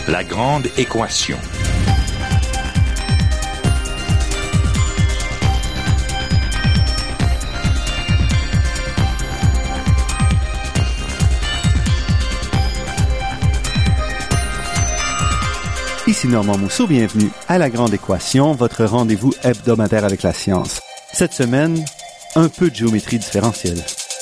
La grande équation. Ici Normand Mousseau, bienvenue à La Grande Équation, votre rendez-vous hebdomadaire avec la science. Cette semaine, un peu de géométrie différentielle.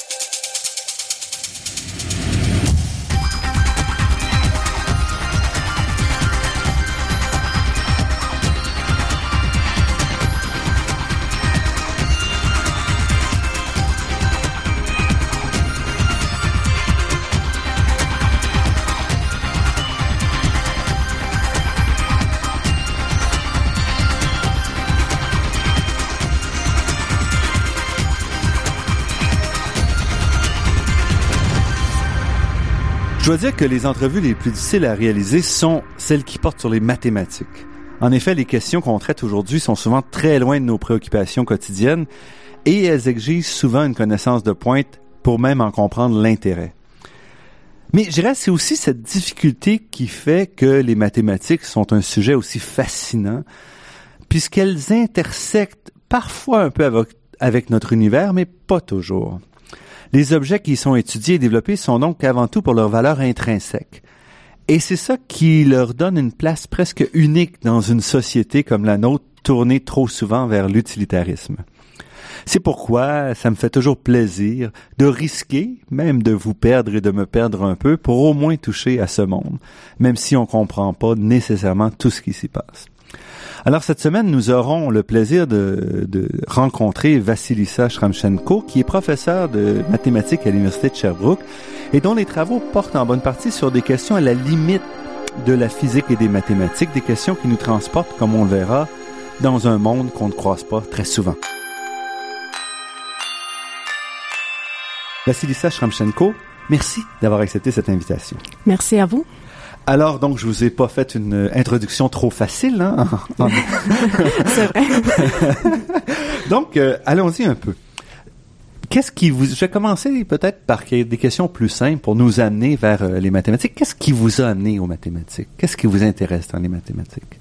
Je dois dire que les entrevues les plus difficiles à réaliser sont celles qui portent sur les mathématiques. En effet, les questions qu'on traite aujourd'hui sont souvent très loin de nos préoccupations quotidiennes et elles exigent souvent une connaissance de pointe pour même en comprendre l'intérêt. Mais je dirais que c'est aussi cette difficulté qui fait que les mathématiques sont un sujet aussi fascinant puisqu'elles intersectent parfois un peu avec notre univers, mais pas toujours. Les objets qui y sont étudiés et développés sont donc avant tout pour leur valeur intrinsèque. Et c'est ça qui leur donne une place presque unique dans une société comme la nôtre, tournée trop souvent vers l'utilitarisme. C'est pourquoi ça me fait toujours plaisir de risquer, même de vous perdre et de me perdre un peu, pour au moins toucher à ce monde, même si on comprend pas nécessairement tout ce qui s'y passe. Alors cette semaine, nous aurons le plaisir de rencontrer Vassilissa Shramchenko, qui est professeure de mathématiques à l'Université de Sherbrooke et dont les travaux portent en bonne partie sur des questions à la limite de la physique et des mathématiques, des questions qui nous transportent, comme on le verra, dans un monde qu'on ne croise pas très souvent. Vassilissa Shramchenko, merci d'avoir accepté cette invitation. Merci à vous. Alors, donc, je vous ai pas fait une introduction trop facile, hein? C'est vrai. Donc, allons-y un peu. Je vais commencer peut-être par des questions plus simples pour nous amener vers les mathématiques. Qu'est-ce qui vous a amené aux mathématiques? Qu'est-ce qui vous intéresse dans les mathématiques?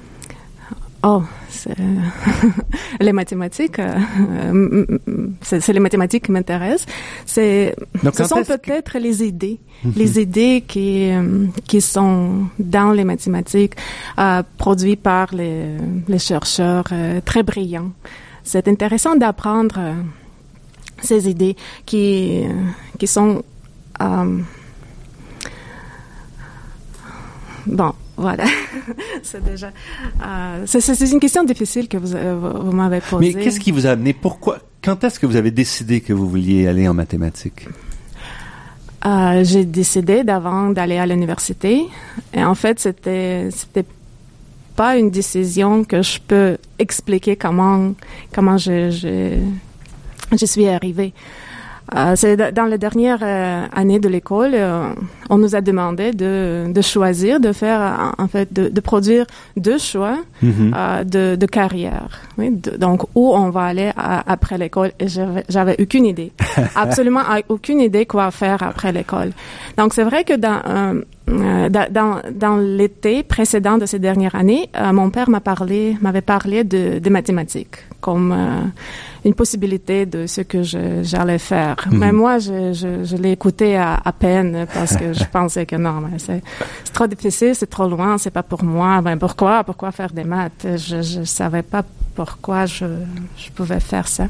Les mathématiques, c'est les mathématiques qui m'intéressent. Ce sont peut-être les idées, les idées qui sont dans les mathématiques, produites par les chercheurs très brillants. C'est intéressant d'apprendre ces idées qui sont Voilà, c'est déjà. C'est une question difficile que vous m'avez posée. Mais qu'est-ce qui vous a amené? Quand est-ce que vous avez décidé que vous vouliez aller en mathématiques? J'ai décidé d'avant d'aller à l'université. Et en fait, c'était pas une décision que je peux expliquer comment je suis arrivée. C'est dans la dernière année de l'école, on nous a demandé de choisir, de faire, en fait, de produire deux choix de carrière. Oui, donc, où on va aller après l'école. Et j'avais aucune idée, absolument aucune idée quoi faire après l'école. Donc, c'est vrai que dans l'été précédent de ces dernières années, mon père m'avait parlé de mathématiques comme une possibilité de ce que j'allais faire. Mais moi, je l'ai écouté à peine parce que je pensais que non, mais c'est trop difficile, c'est trop loin, c'est pas pour moi. Ben pourquoi faire des maths? Je savais pas pourquoi je pouvais faire ça.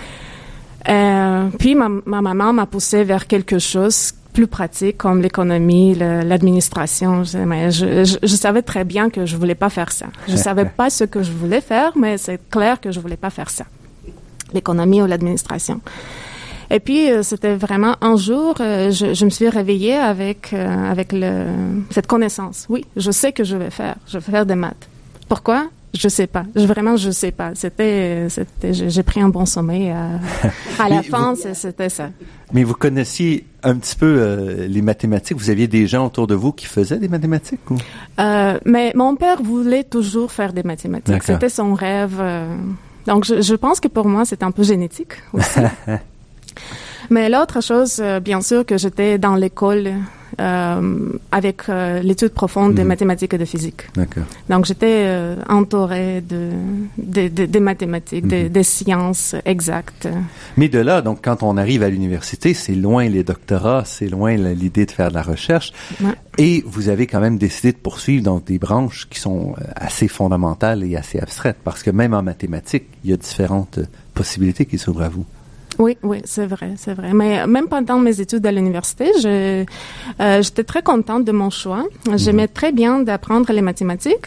Puis ma maman m'a poussée vers quelque chose plus pratique comme l'économie, l'administration. Mais je savais très bien que je voulais pas faire ça. Je savais pas ce que je voulais faire, mais c'est clair que je voulais pas faire ça. L'économie ou l'administration. Et puis, c'était vraiment un jour, je me suis réveillée avec cette connaissance. Oui, je sais que je vais faire des maths. Pourquoi? Je sais pas. Je sais pas. J'ai pris un bon sommeil. À la fin, c'était ça. Mais vous connaissiez un petit peu les mathématiques. Vous aviez des gens autour de vous qui faisaient des mathématiques ou? Mais mon père voulait toujours faire des mathématiques. D'accord. C'était son rêve. Donc, je pense que pour moi, c'est un peu génétique aussi. Mais l'autre chose, bien sûr, que j'étais dans l'école avec l'étude profonde des mathématiques et de physique. D'accord. Donc, j'étais entourée de mathématiques, des sciences exactes. Mais de là, donc, quand on arrive à l'université, c'est loin les doctorats, c'est loin l'idée de faire de la recherche. Ouais. Et vous avez quand même décidé de poursuivre dans des branches qui sont assez fondamentales et assez abstraites, parce que même en mathématiques, il y a différentes possibilités qui s'ouvrent à vous. Oui, c'est vrai. Mais même pendant mes études à l'université, j'étais très contente de mon choix. J'aimais très bien d'apprendre les mathématiques.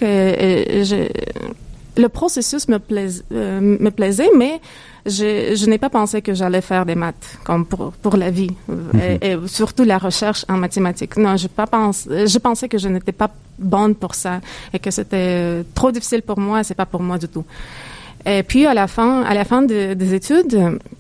Le processus me plaisait, mais je n'ai pas pensé que j'allais faire des maths comme pour la vie et surtout la recherche en mathématiques. Non, je pensais que je n'étais pas bonne pour ça et que c'était trop difficile pour moi. C'est pas pour moi du tout. Et puis à la fin des études,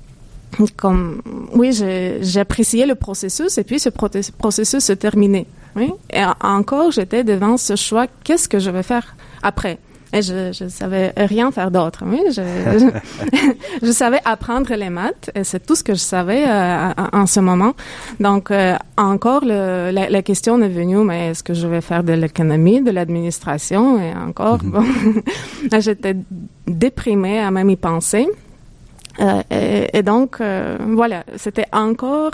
j'ai apprécié le processus et puis ce processus se terminait. Oui. Et encore, j'étais devant ce choix. Qu'est-ce que je vais faire après? Et je savais rien faire d'autre. Oui, je savais apprendre les maths et c'est tout ce que je savais en ce moment. Donc encore la question est venue, mais est-ce que je vais faire de l'économie, de l'administration? Et encore, bon, j'étais déprimée à même y penser. Et donc voilà, c'était encore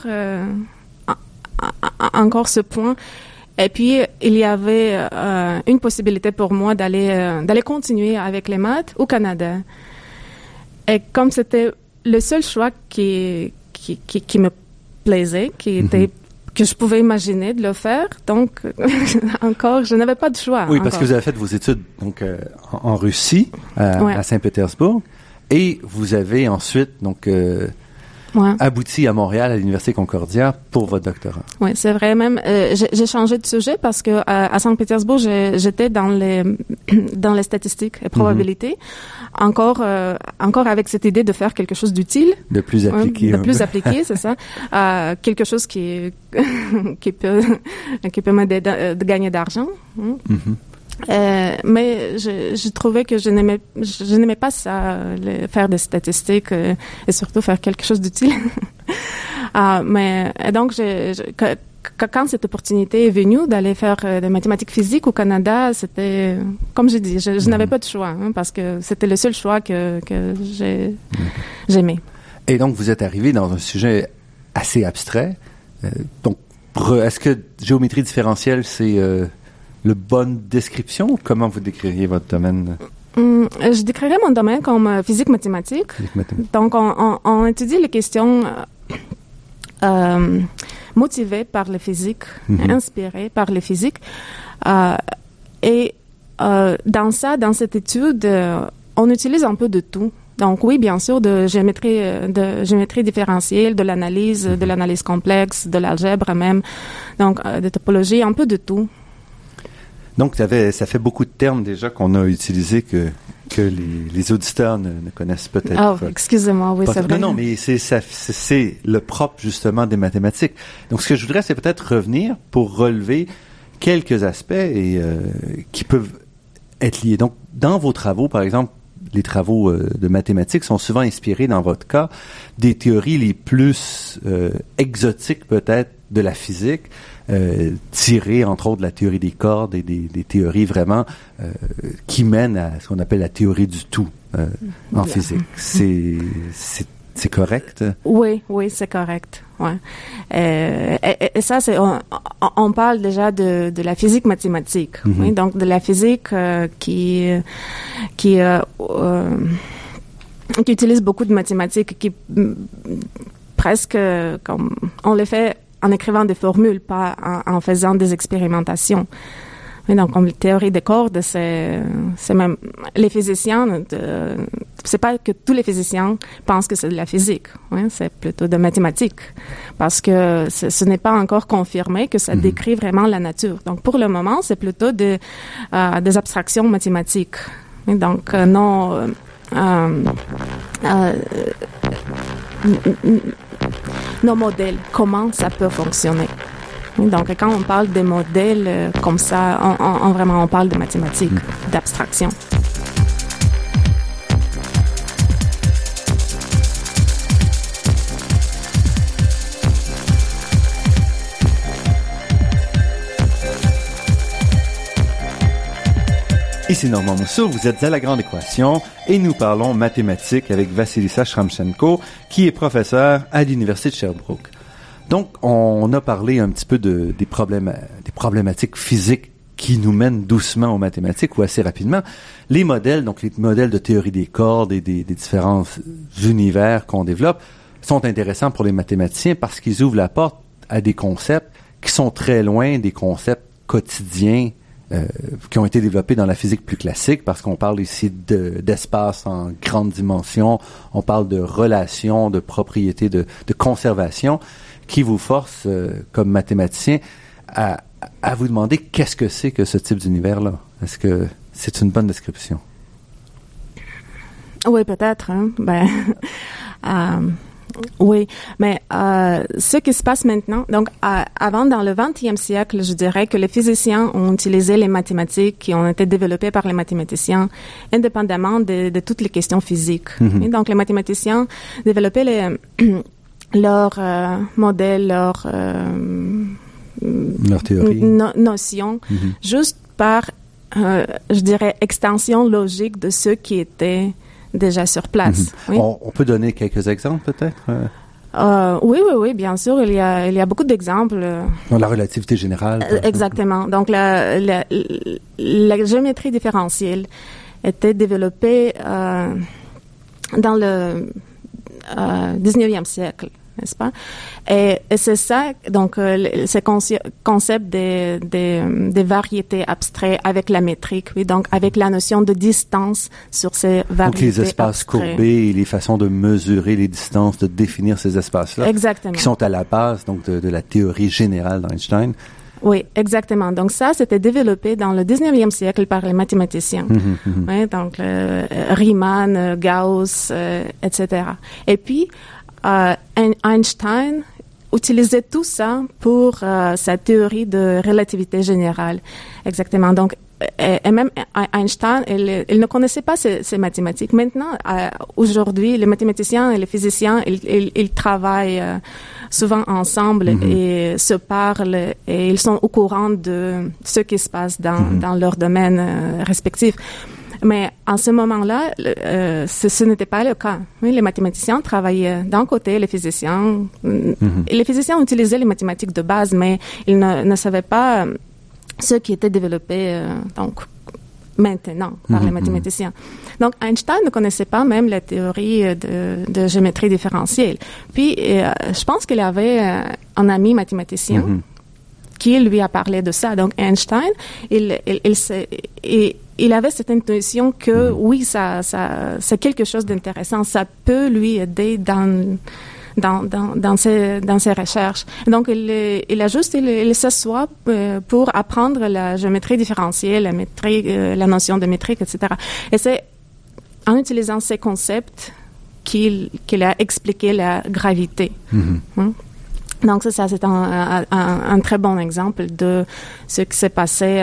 ce point. Et puis, il y avait une possibilité pour moi d'aller continuer avec les maths au Canada. Et comme c'était le seul choix qui me plaisait, que je pouvais imaginer de le faire, donc encore, je n'avais pas de choix. Oui, parce que vous avez fait vos études donc en Russie, à Saint-Pétersbourg, et vous avez ensuite donc abouti à Montréal, à l'Université Concordia, pour votre doctorat. Oui, c'est vrai. Même, j'ai changé de sujet parce que à Saint-Pétersbourg, j'étais dans les statistiques et probabilités. Encore avec cette idée de faire quelque chose d'utile. De plus appliqué. De plus appliqué, c'est ça. Quelque chose qui peut m'aider de gagner d'argent. Mais je trouvais que je n'aimais pas ça, faire des statistiques et surtout faire quelque chose d'utile. Mais donc, quand cette opportunité est venue d'aller faire des mathématiques physiques au Canada, c'était, comme j'ai dit, je n'avais pas de choix, parce que c'était le seul choix que j'aimais. Et donc, vous êtes arrivé dans un sujet assez abstrait. Donc, est-ce que géométrie différentielle, c'est le bonne description? Comment vous décririez votre domaine? Je décrirais mon domaine comme physique mathématique. Donc, on étudie les questions motivées par les physiques, inspirées par les physiques. Et dans cette étude, on utilise un peu de tout. Donc oui, bien sûr, de géométrie différentielle, de l'analyse complexe, de l'algèbre même, donc de topologie, un peu de tout. Donc, ça fait beaucoup de termes déjà qu'on a utilisés que les auditeurs ne connaissent peut-être pas. Excusez-moi, oui, c'est vrai. Non, mais c'est le propre, justement, des mathématiques. Donc, ce que je voudrais, c'est peut-être revenir pour relever quelques aspects qui peuvent être liés. Donc, dans vos travaux, par exemple, les travaux de mathématiques sont souvent inspirés, dans votre cas, des théories les plus exotiques, peut-être, de la physique, tirées, entre autres, de la théorie des cordes et des théories vraiment qui mènent à ce qu'on appelle la théorie du tout en physique. C'est correct? Oui, c'est correct. Ouais. Et ça, on parle déjà de la physique mathématique. Oui, donc de la physique qui utilise beaucoup de mathématiques, qui presque comme on le fait en écrivant des formules, pas en faisant des expérimentations. Mais donc, comme la théorie des cordes, c'est même les physiciens. C'est pas que tous les physiciens pensent que c'est de la physique. Oui, c'est plutôt de mathématiques, parce que ce n'est pas encore confirmé que ça décrit vraiment la nature. Donc, pour le moment, c'est plutôt des abstractions mathématiques. Et donc, nos modèles, comment ça peut fonctionner. Donc, quand on parle des modèles comme ça, on parle de mathématiques, d'abstraction. Ici Normand Mousseau, vous êtes à La Grande Équation et nous parlons mathématiques avec Vassilissa Shramchenko, qui est professeur à l'Université de Sherbrooke. Donc, on a parlé un petit peu des problématiques physiques qui nous mènent doucement aux mathématiques ou assez rapidement. Les modèles, donc les modèles de théorie des cordes et des différents univers qu'on développe sont intéressants pour les mathématiciens parce qu'ils ouvrent la porte à des concepts qui sont très loin des concepts quotidiens qui ont été développés dans la physique plus classique, parce qu'on parle ici d'espace en grande dimension, on parle de relations, de propriétés, de conservation, qui vous force, comme mathématicien, à vous demander qu'est-ce que c'est que ce type d'univers-là. Est-ce que c'est une bonne description? Oui, peut-être. Hein? Oui, mais ce qui se passe maintenant, donc avant, dans le 20e siècle, je dirais que les physiciens ont utilisé les mathématiques qui ont été développées par les mathématiciens indépendamment de toutes les questions physiques. Mm-hmm. Et donc, les mathématiciens développaient leurs modèles, leurs théories, notions, mm-hmm. juste par, je dirais, extension logique de ce qui était déjà sur place. Mm-hmm. Oui. On peut donner quelques exemples, peut-être? Oui, bien sûr. Il y a beaucoup d'exemples. La relativité générale. Exactement. Donc, la géométrie différentielle était développée dans le 19e siècle, n'est-ce pas? Et c'est ça, donc, ce concept des variétés abstraites avec la métrique, oui, donc avec la notion de distance sur ces variétés abstraites. Donc, les espaces courbés et les façons de mesurer les distances, de définir ces espaces-là. Exactement. Qui sont à la base, donc, de la théorie générale d'Einstein. Oui, exactement. Donc, ça, c'était développé dans le 19e siècle par les mathématiciens. Oui, donc, Riemann, Gauss, etc. Et puis, Einstein utilisait tout ça pour sa théorie de relativité générale. Exactement. Donc, et même Einstein, il ne connaissait pas ces mathématiques. Maintenant, aujourd'hui, les mathématiciens et les physiciens, ils travaillent souvent ensemble et se parlent et ils sont au courant de ce qui se passe dans leur domaine respectif. Mais en ce moment-là, ce n'était pas le cas. Oui, les mathématiciens travaillaient d'un côté, les physiciens. Les physiciens utilisaient les mathématiques de base, mais ils ne savaient pas ce qui était développé donc maintenant par les mathématiciens. Donc Einstein ne connaissait pas même la théorie de géométrie différentielle. Puis je pense qu'il avait un ami mathématicien qui lui a parlé de ça. Donc Einstein, il avait cette intuition que oui, ça c'est quelque chose d'intéressant, ça peut lui aider dans ses recherches. Donc il s'assoit pour apprendre la géométrie différentielle, la métrique, la notion de métrique, etc. Et c'est en utilisant ces concepts qu'il a expliqué la gravité. Donc c'est un très bon exemple de ce qui s'est passé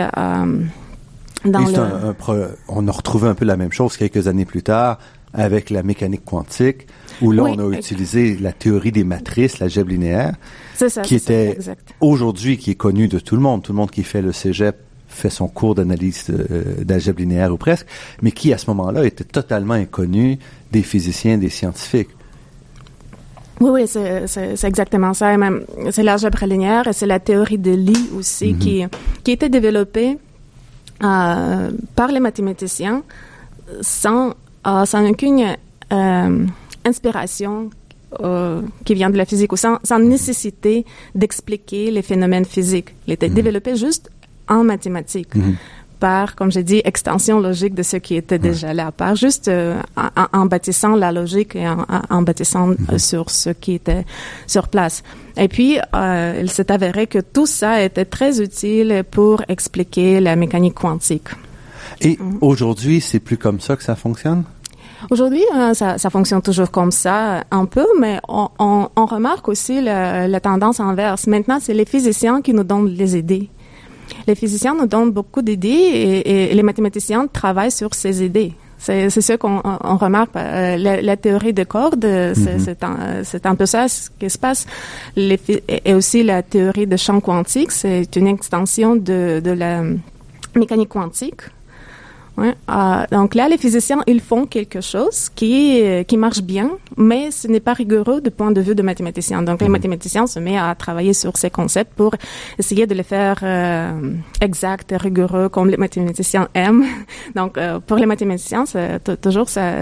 on a retrouvé un peu la même chose quelques années plus tard avec la mécanique quantique, où là, on a utilisé la théorie des matrices, l'algèbre linéaire, qui était aujourd'hui, qui est connue de tout le monde. Tout le monde qui fait le cégep fait son cours d'analyse d'algèbre linéaire ou presque, mais qui, à ce moment-là, était totalement inconnu des physiciens, des scientifiques. Oui, c'est exactement ça. Et même, c'est l'algèbre linéaire et c'est la théorie de Lie aussi qui était développée par les mathématiciens sans aucune inspiration qui vient de la physique ou sans nécessité d'expliquer les phénomènes physiques. Il était développé juste en mathématiques par, comme j'ai dit, extension logique de ce qui était déjà là, par juste en bâtissant la logique et en bâtissant sur ce qui était sur place. Et puis, il s'est avéré que tout ça était très utile pour expliquer la mécanique quantique. Et aujourd'hui, c'est plus comme ça que ça fonctionne? Aujourd'hui, ça fonctionne toujours comme ça, un peu, mais on remarque aussi la tendance inverse. Maintenant, c'est les physiciens qui nous donnent les idées. Les physiciens nous donnent beaucoup d'idées et les mathématiciens travaillent sur ces idées. C'est ce qu'on remarque. La théorie des cordes, c'est un peu ça ce qui se passe. Et aussi la théorie de champ quantique, c'est une extension de la mécanique quantique. Ouais. Donc là, les physiciens, ils font quelque chose qui marche bien, mais ce n'est pas rigoureux du point de vue de mathématiciens. Donc les mathématiciens se mettent à travailler sur ces concepts pour essayer de les faire exacts, rigoureux, comme les mathématiciens aiment. Donc pour les mathématiciens, toujours ça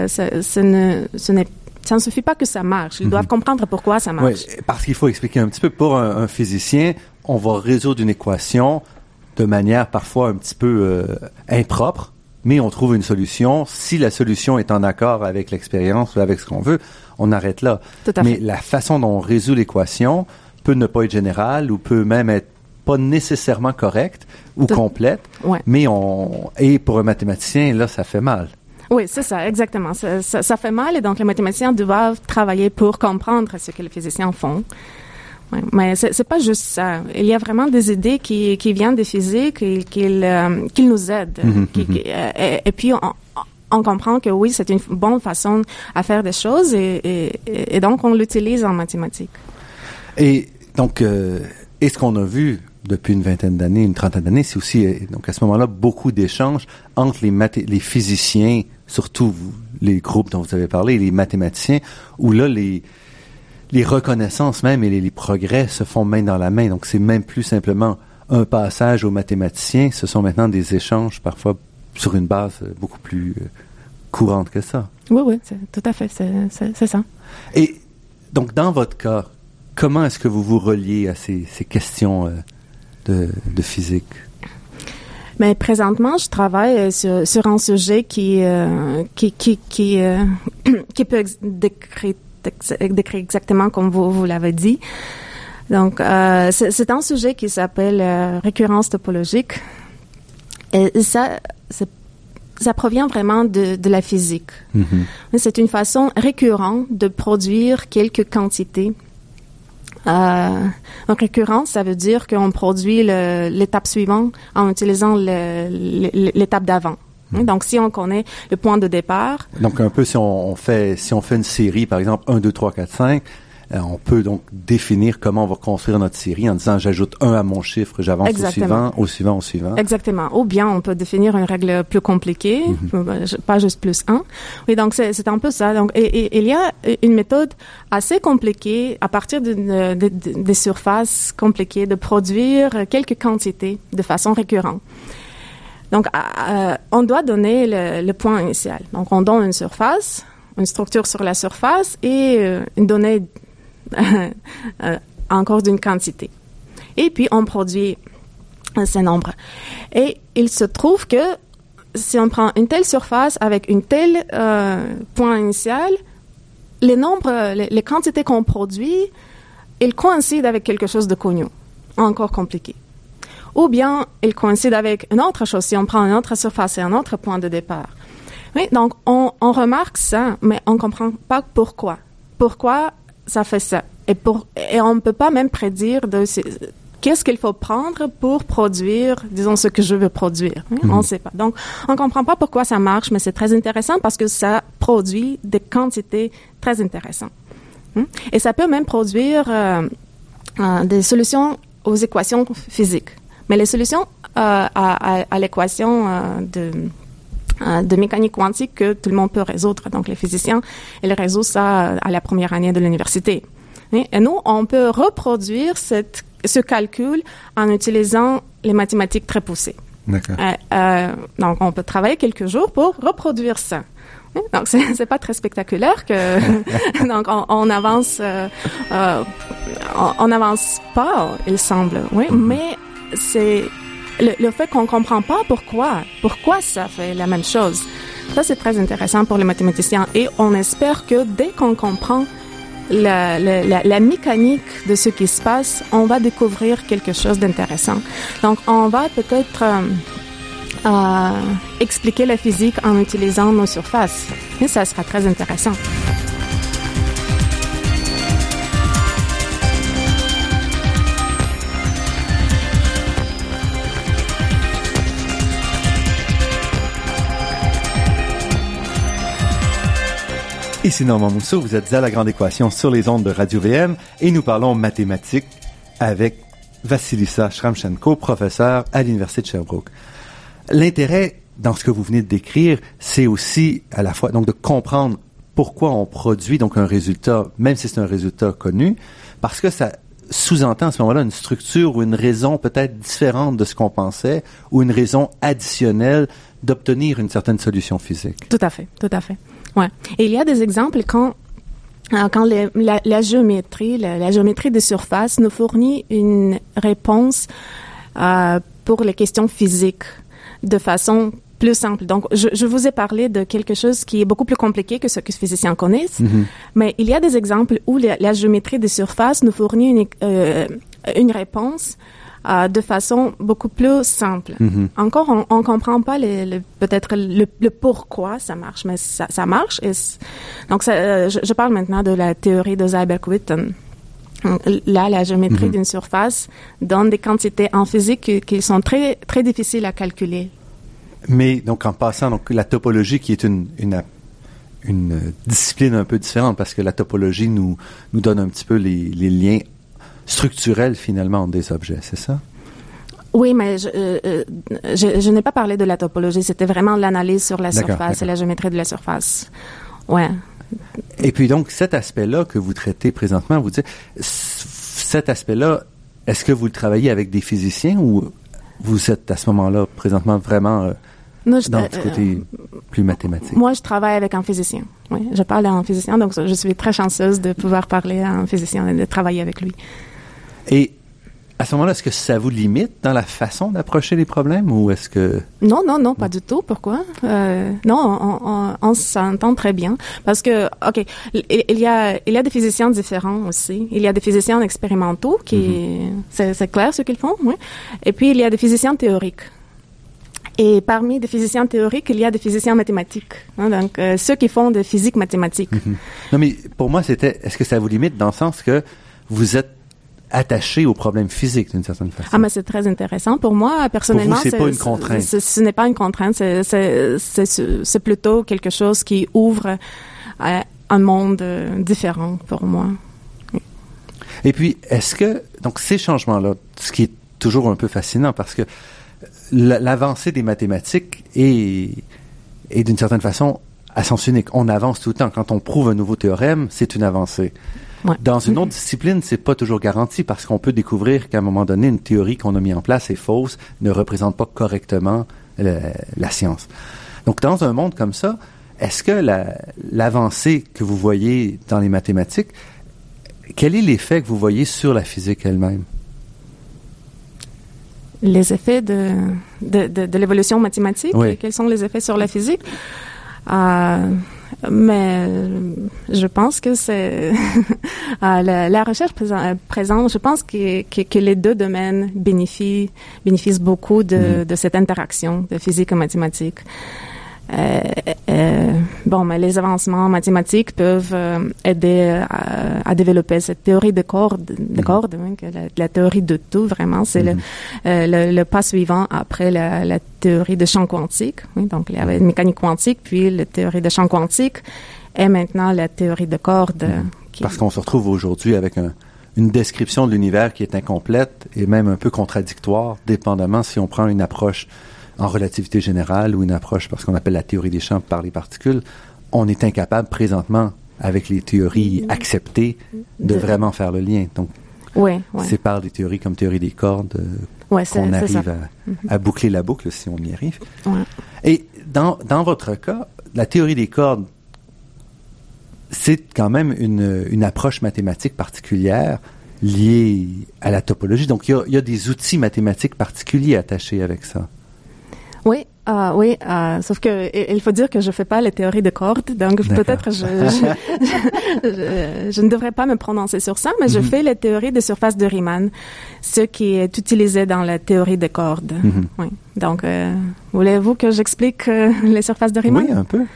ne suffit pas que ça marche. Ils doivent comprendre pourquoi ça marche. Oui, parce qu'il faut expliquer un petit peu. Pour un physicien, on va résoudre une équation de manière parfois un petit peu impropre, mais on trouve une solution. Si la solution est en accord avec l'expérience ou avec ce qu'on veut, on arrête là. Tout à fait. Mais la façon dont on résout l'équation peut ne pas être générale ou peut même être pas nécessairement correcte ou complète. Ouais. Mais et pour un mathématicien, là, ça fait mal. Oui, c'est ça, exactement. Ça fait mal et donc les mathématiciens doivent travailler pour comprendre ce que les physiciens font. Ouais, mais c'est pas juste ça. Il y a vraiment des idées qui viennent des physiques et qui nous aident. Et puis on comprend que oui, c'est une bonne façon à faire des choses et donc on l'utilise en mathématiques. Et donc, et ce qu'on a vu depuis une vingtaine d'années, une trentaine d'années, c'est aussi donc à ce moment-là beaucoup d'échanges entre les physiciens, surtout les groupes dont vous avez parlé, les mathématiciens, où là les reconnaissances même et les progrès se font main dans la main. Donc c'est même plus simplement un passage aux mathématiciens, ce sont maintenant des échanges parfois sur une base beaucoup plus courante que ça. Oui, tout à fait, c'est ça. Et donc dans votre cas, comment est-ce que vous vous reliez à ces questions de physique? Mais présentement, je travaille sur un sujet qui peut décrire exactement comme vous l'avez dit. Donc, c'est un sujet qui s'appelle récurrence topologique. Et ça provient vraiment de la physique. C'est une façon récurrente de produire quelques quantités. Récurrence, ça veut dire qu'on produit l'étape suivante en utilisant l'étape d'avant. Donc, si on connaît le point de départ. Donc, un peu, si on fait une série, par exemple, 1, 2, 3, 4, 5, on peut donc définir comment on va construire notre série en disant, j'ajoute 1 à mon chiffre, j'avance au suivant. Exactement. Ou bien, on peut définir une règle plus compliquée, pas juste plus 1. Oui, donc, c'est un peu ça. Donc, et il y a une méthode assez compliquée, à partir des surfaces compliquées, de produire quelques quantités de façon récurrente. Donc, on doit donner le point initial. Donc, on donne une surface, une structure sur la surface et une donnée encore d'une quantité. Et puis, on produit ces nombres. Et il se trouve que si on prend une telle surface avec une telle point initial, les nombres, les quantités qu'on produit, ils coïncident avec quelque chose de connu, encore compliqué. Ou bien, ils coïncident avec une autre chose, si on prend une autre surface et un autre point de départ. Oui, donc, on remarque ça, mais on ne comprend pas pourquoi. Pourquoi ça fait ça? Et on ne peut pas même prédire qu'est-ce qu'il faut prendre pour produire, disons, ce que je veux produire. On ne sait pas. Donc, on ne comprend pas pourquoi ça marche, mais c'est très intéressant parce que ça produit des quantités très intéressantes. Et ça peut même produire des solutions aux équations physiques. Mais les solutions à l'équation de mécanique quantique que tout le monde peut résoudre. Donc, les physiciens, ils résolvent ça à la première année de l'université. Et nous, on peut reproduire ce calcul en utilisant les mathématiques très poussées. D'accord. Donc, on peut travailler quelques jours pour reproduire ça. Donc, c'est pas très spectaculaire que donc on avance on avance pas, il semble. Oui, mais c'est le fait qu'on comprend pas pourquoi ça fait la même chose. Ça, c'est très intéressant pour les mathématiciens et on espère que dès qu'on comprend la mécanique de ce qui se passe, on va découvrir quelque chose d'intéressant. Donc, on va peut-être expliquer la physique en utilisant nos surfaces. Et ça sera très intéressant. Ici Normand Mousseau, vous êtes à La Grande Équation sur les ondes de Radio-VM et nous parlons mathématiques avec Vassilissa Shramchenko, professeure à l'Université de Sherbrooke. L'intérêt dans ce que vous venez de décrire, c'est aussi à la fois donc de comprendre pourquoi on produit donc un résultat, même si c'est un résultat connu, parce que ça sous-entend à ce moment-là une structure ou une raison peut-être différente de ce qu'on pensait, ou une raison additionnelle d'obtenir une certaine solution physique. Tout à fait, tout à fait. Ouais. Et il y a des exemples quand la géométrie, la géométrie des surfaces nous fournit une réponse pour les questions physiques de façon plus simple. Donc, je vous ai parlé de quelque chose qui est beaucoup plus compliqué que ce que les physiciens connaissent, mais il y a des exemples où la géométrie des surfaces nous fournit une réponse de façon beaucoup plus simple. Encore, on comprend pas peut-être le pourquoi ça marche, mais ça marche. Donc, je parle maintenant de la théorie de Seiberg-Witten. Là, la géométrie d'une surface donne des quantités en physique qui sont très, très difficiles à calculer. Mais donc en passant, donc la topologie qui est une discipline un peu différente, parce que la topologie nous donne un petit peu les liens structurels finalement entre des objets, c'est ça? Oui, mais je n'ai pas parlé de la topologie, c'était vraiment l'analyse sur la surface et la géométrie de la surface. Ouais. Et puis donc cet aspect-là que vous traitez présentement, vous dites, cet aspect-là, est-ce que vous le travaillez avec des physiciens ou vous êtes à ce moment-là présentement vraiment dans du côté plus mathématique? Moi, je travaille avec un physicien. Oui, je parle à un physicien, donc je suis très chanceuse de pouvoir parler à un physicien et de travailler avec lui. Et à ce moment-là, est-ce que ça vous limite dans la façon d'approcher les problèmes ou est-ce que... Non, pas du tout. Pourquoi? Non, on s'entend très bien. Parce que, OK, il y a des physiciens différents aussi. Il y a des physiciens expérimentaux c'est clair ce qu'ils font, oui. Et puis, il y a des physiciens théoriques. Et parmi des physiciens théoriques, il y a des physiciens mathématiques. Hein, donc, ceux qui font de physique mathématique. Non, mais pour moi, est-ce que ça vous limite dans le sens que vous êtes attaché aux problèmes physiques d'une certaine façon? Ah, mais c'est très intéressant. Pour moi, personnellement, pour vous, c'est pas une contrainte. Ce n'est pas une contrainte. C'est plutôt quelque chose qui ouvre un monde différent pour moi. Et puis, est-ce que, donc, ces changements-là, ce qui est toujours un peu fascinant parce que l'avancée des mathématiques est d'une certaine façon à sens unique. On avance tout le temps. Quand on prouve un nouveau théorème, c'est une avancée. Ouais. Dans une autre discipline, c'est pas toujours garanti parce qu'on peut découvrir qu'à un moment donné, une théorie qu'on a mise en place est fausse, ne représente pas correctement la science. Donc, dans un monde comme ça, est-ce que l'avancée que vous voyez dans les mathématiques, quel est l'effet que vous voyez sur la physique elle-même? Les effets de l'évolution mathématique? Oui. Quels sont les effets sur la physique? Mais je pense que c'est la recherche présente. Je pense que les deux domaines bénéficient beaucoup de cette interaction de physique et mathématique. Bon, mais les avancements mathématiques peuvent aider à développer cette théorie de cordes, hein, que la théorie de tout, vraiment, c'est le pas suivant après la théorie de champ quantique. Oui, donc, il y avait une mécanique quantique, puis la théorie de champ quantique, et maintenant la théorie de cordes. Parce qu'on se retrouve aujourd'hui avec une description de l'univers qui est incomplète et même un peu contradictoire, dépendamment si on prend une approche en relativité générale ou une approche par ce qu'on appelle la théorie des champs par les particules, on est incapable présentement, avec les théories acceptées, de vraiment faire le lien. Donc, c'est par des théories comme théorie des cordes qu'on arrive à boucler la boucle, si on y arrive. Ouais. Et dans votre cas, la théorie des cordes, c'est quand même une approche mathématique particulière liée à la topologie. Donc, il y a des outils mathématiques particuliers attachés avec ça. Oui, sauf que il faut dire que je fais pas les théories de cordes, donc peut-être je ne devrais pas me prononcer sur ça, mais je fais les théories de surface de Riemann, ce qui est utilisé dans la théorie de cordes. Oui. Donc, voulez-vous que j'explique les surfaces de Riemann? Oui, un peu.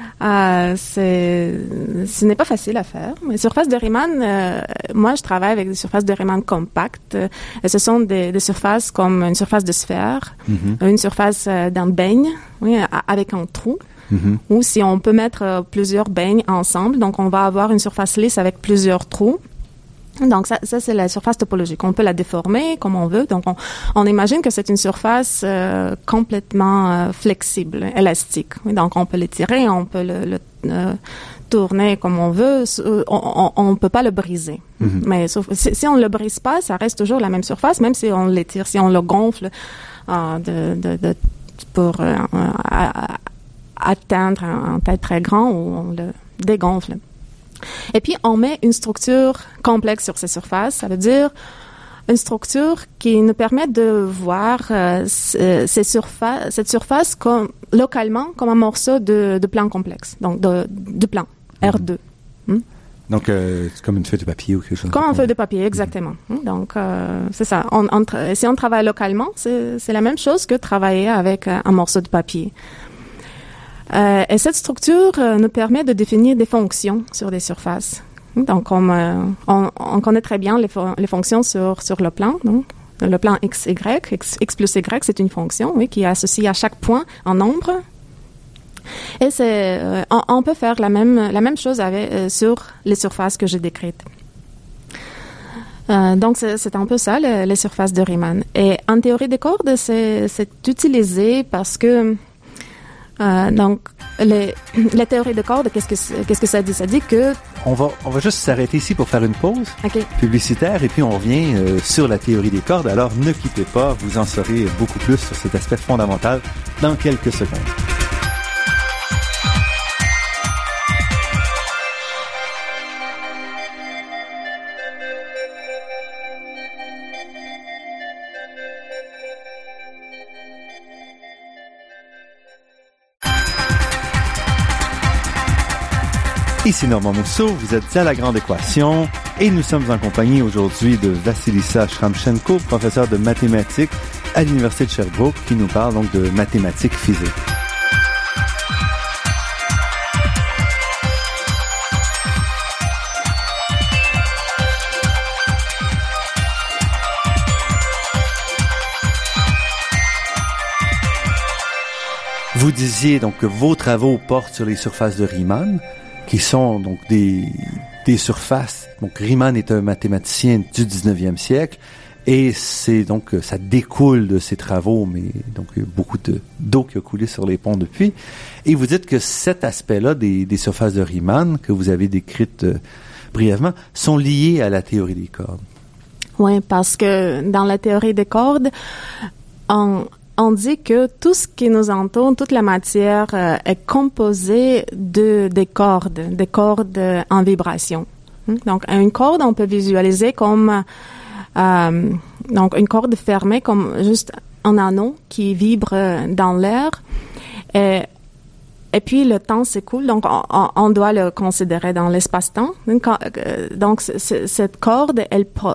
Ce n'est pas facile à faire. Les surfaces de Riemann, moi, je travaille avec des surfaces de Riemann compactes. Ce sont des surfaces comme une surface de sphère, une surface d'un beigne, oui, avec un trou. Ou si on peut mettre plusieurs beignes ensemble, donc on va avoir une surface lisse avec plusieurs trous. Donc ça c'est la surface topologique. On peut la déformer comme on veut. Donc on imagine que c'est une surface complètement flexible, élastique. Donc on peut l'étirer, on peut le tourner comme on veut. On peut pas le briser. Mm-hmm. Mais si on le brise pas, ça reste toujours la même surface, même si on l'étire, si on le gonfle pour atteindre un taille très grand ou on le dégonfle. Et puis, on met une structure complexe sur ces surfaces. Ça veut dire une structure qui nous permet de voir cette surface localement comme un morceau de plan complexe, donc de plan, R2. Donc, c'est comme une feuille de papier ou quelque chose. Comme une feuille de papier, exactement. Donc, c'est ça. Si on travaille localement, c'est la même chose que travailler avec un morceau de papier. Et cette structure nous permet de définir des fonctions sur des surfaces. Donc, on connaît très bien les fonctions sur le plan. Donc, le plan x, y, x plus y, c'est une fonction, oui, qui est associée à chaque point en nombre. Et on peut faire la même chose sur les surfaces que j'ai décrites. Donc, c'est un peu ça, les surfaces de Riemann. Et en théorie des cordes, c'est utilisé parce que donc, la théorie de cordes, qu'est-ce que ça dit? Ça dit que... On va juste s'arrêter ici pour faire une pause publicitaire et puis on revient sur la théorie des cordes. Alors, ne quittez pas, vous en saurez beaucoup plus sur cet aspect fondamental dans quelques secondes. Ici Normand Mousseau, vous êtes à La Grande Équation et nous sommes en compagnie aujourd'hui de Vassilissa Shramchenko, professeure de mathématiques à l'Université de Sherbrooke, qui nous parle donc de mathématiques physiques. Vous disiez donc que vos travaux portent sur les surfaces de Riemann, qui sont donc des surfaces. Donc Riemann est un mathématicien du 19e siècle et c'est donc ça découle de ses travaux, mais donc il y a beaucoup d'eau qui a coulé sur les ponts depuis. Et vous dites que cet aspect-là des surfaces de Riemann que vous avez décrites brièvement sont liés à la théorie des cordes. Oui, parce que dans la théorie des cordes, on dit que tout ce qui nous entoure, toute la matière est composée des cordes en vibration. Donc, une corde, on peut visualiser comme donc une corde fermée comme juste un anneau qui vibre dans l'air. Et puis, le temps s'écoule, donc on doit le considérer dans l'espace-temps. Donc, cette corde,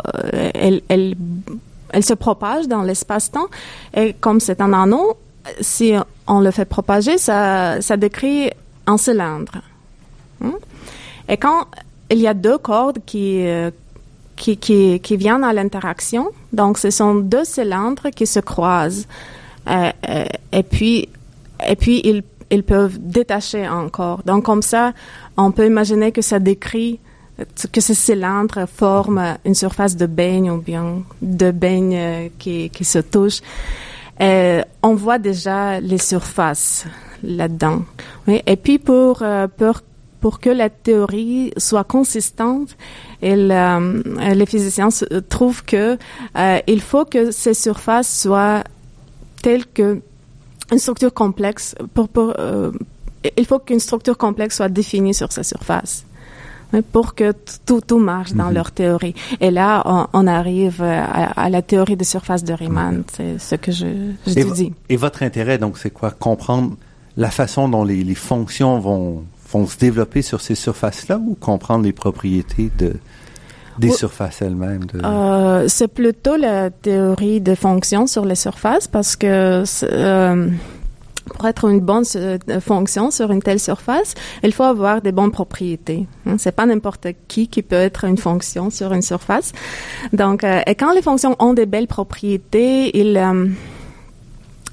elle se propage dans l'espace-temps et comme c'est un anneau, si on le fait propager, ça décrit un cylindre. Et quand il y a deux cordes qui viennent à l'interaction, donc ce sont deux cylindres qui se croisent et puis ils peuvent détacher encore. Donc comme ça, on peut imaginer que ça décrit que ces cylindres forment une surface de beigne ou bien de beigne qui se touchent. On voit déjà les surfaces là-dedans. Oui. Et puis pour que la théorie soit consistante, les physiciens trouvent que il faut que ces surfaces soient telles que une structure complexe. Il faut qu'une structure complexe soit définie sur ces surfaces. Pour que tout marche dans leur théorie. Et là, on arrive à la théorie des surfaces de Riemann. C'est ce que je dis. Et votre intérêt, donc, c'est quoi? Comprendre la façon dont les fonctions vont se développer sur ces surfaces-là ou comprendre les propriétés des surfaces elles-mêmes? C'est plutôt la théorie des fonctions sur les surfaces parce que pour être une bonne fonction sur une telle surface, il faut avoir des bonnes propriétés. C'est pas n'importe qui peut être une fonction sur une surface. Donc, et quand les fonctions ont des belles propriétés,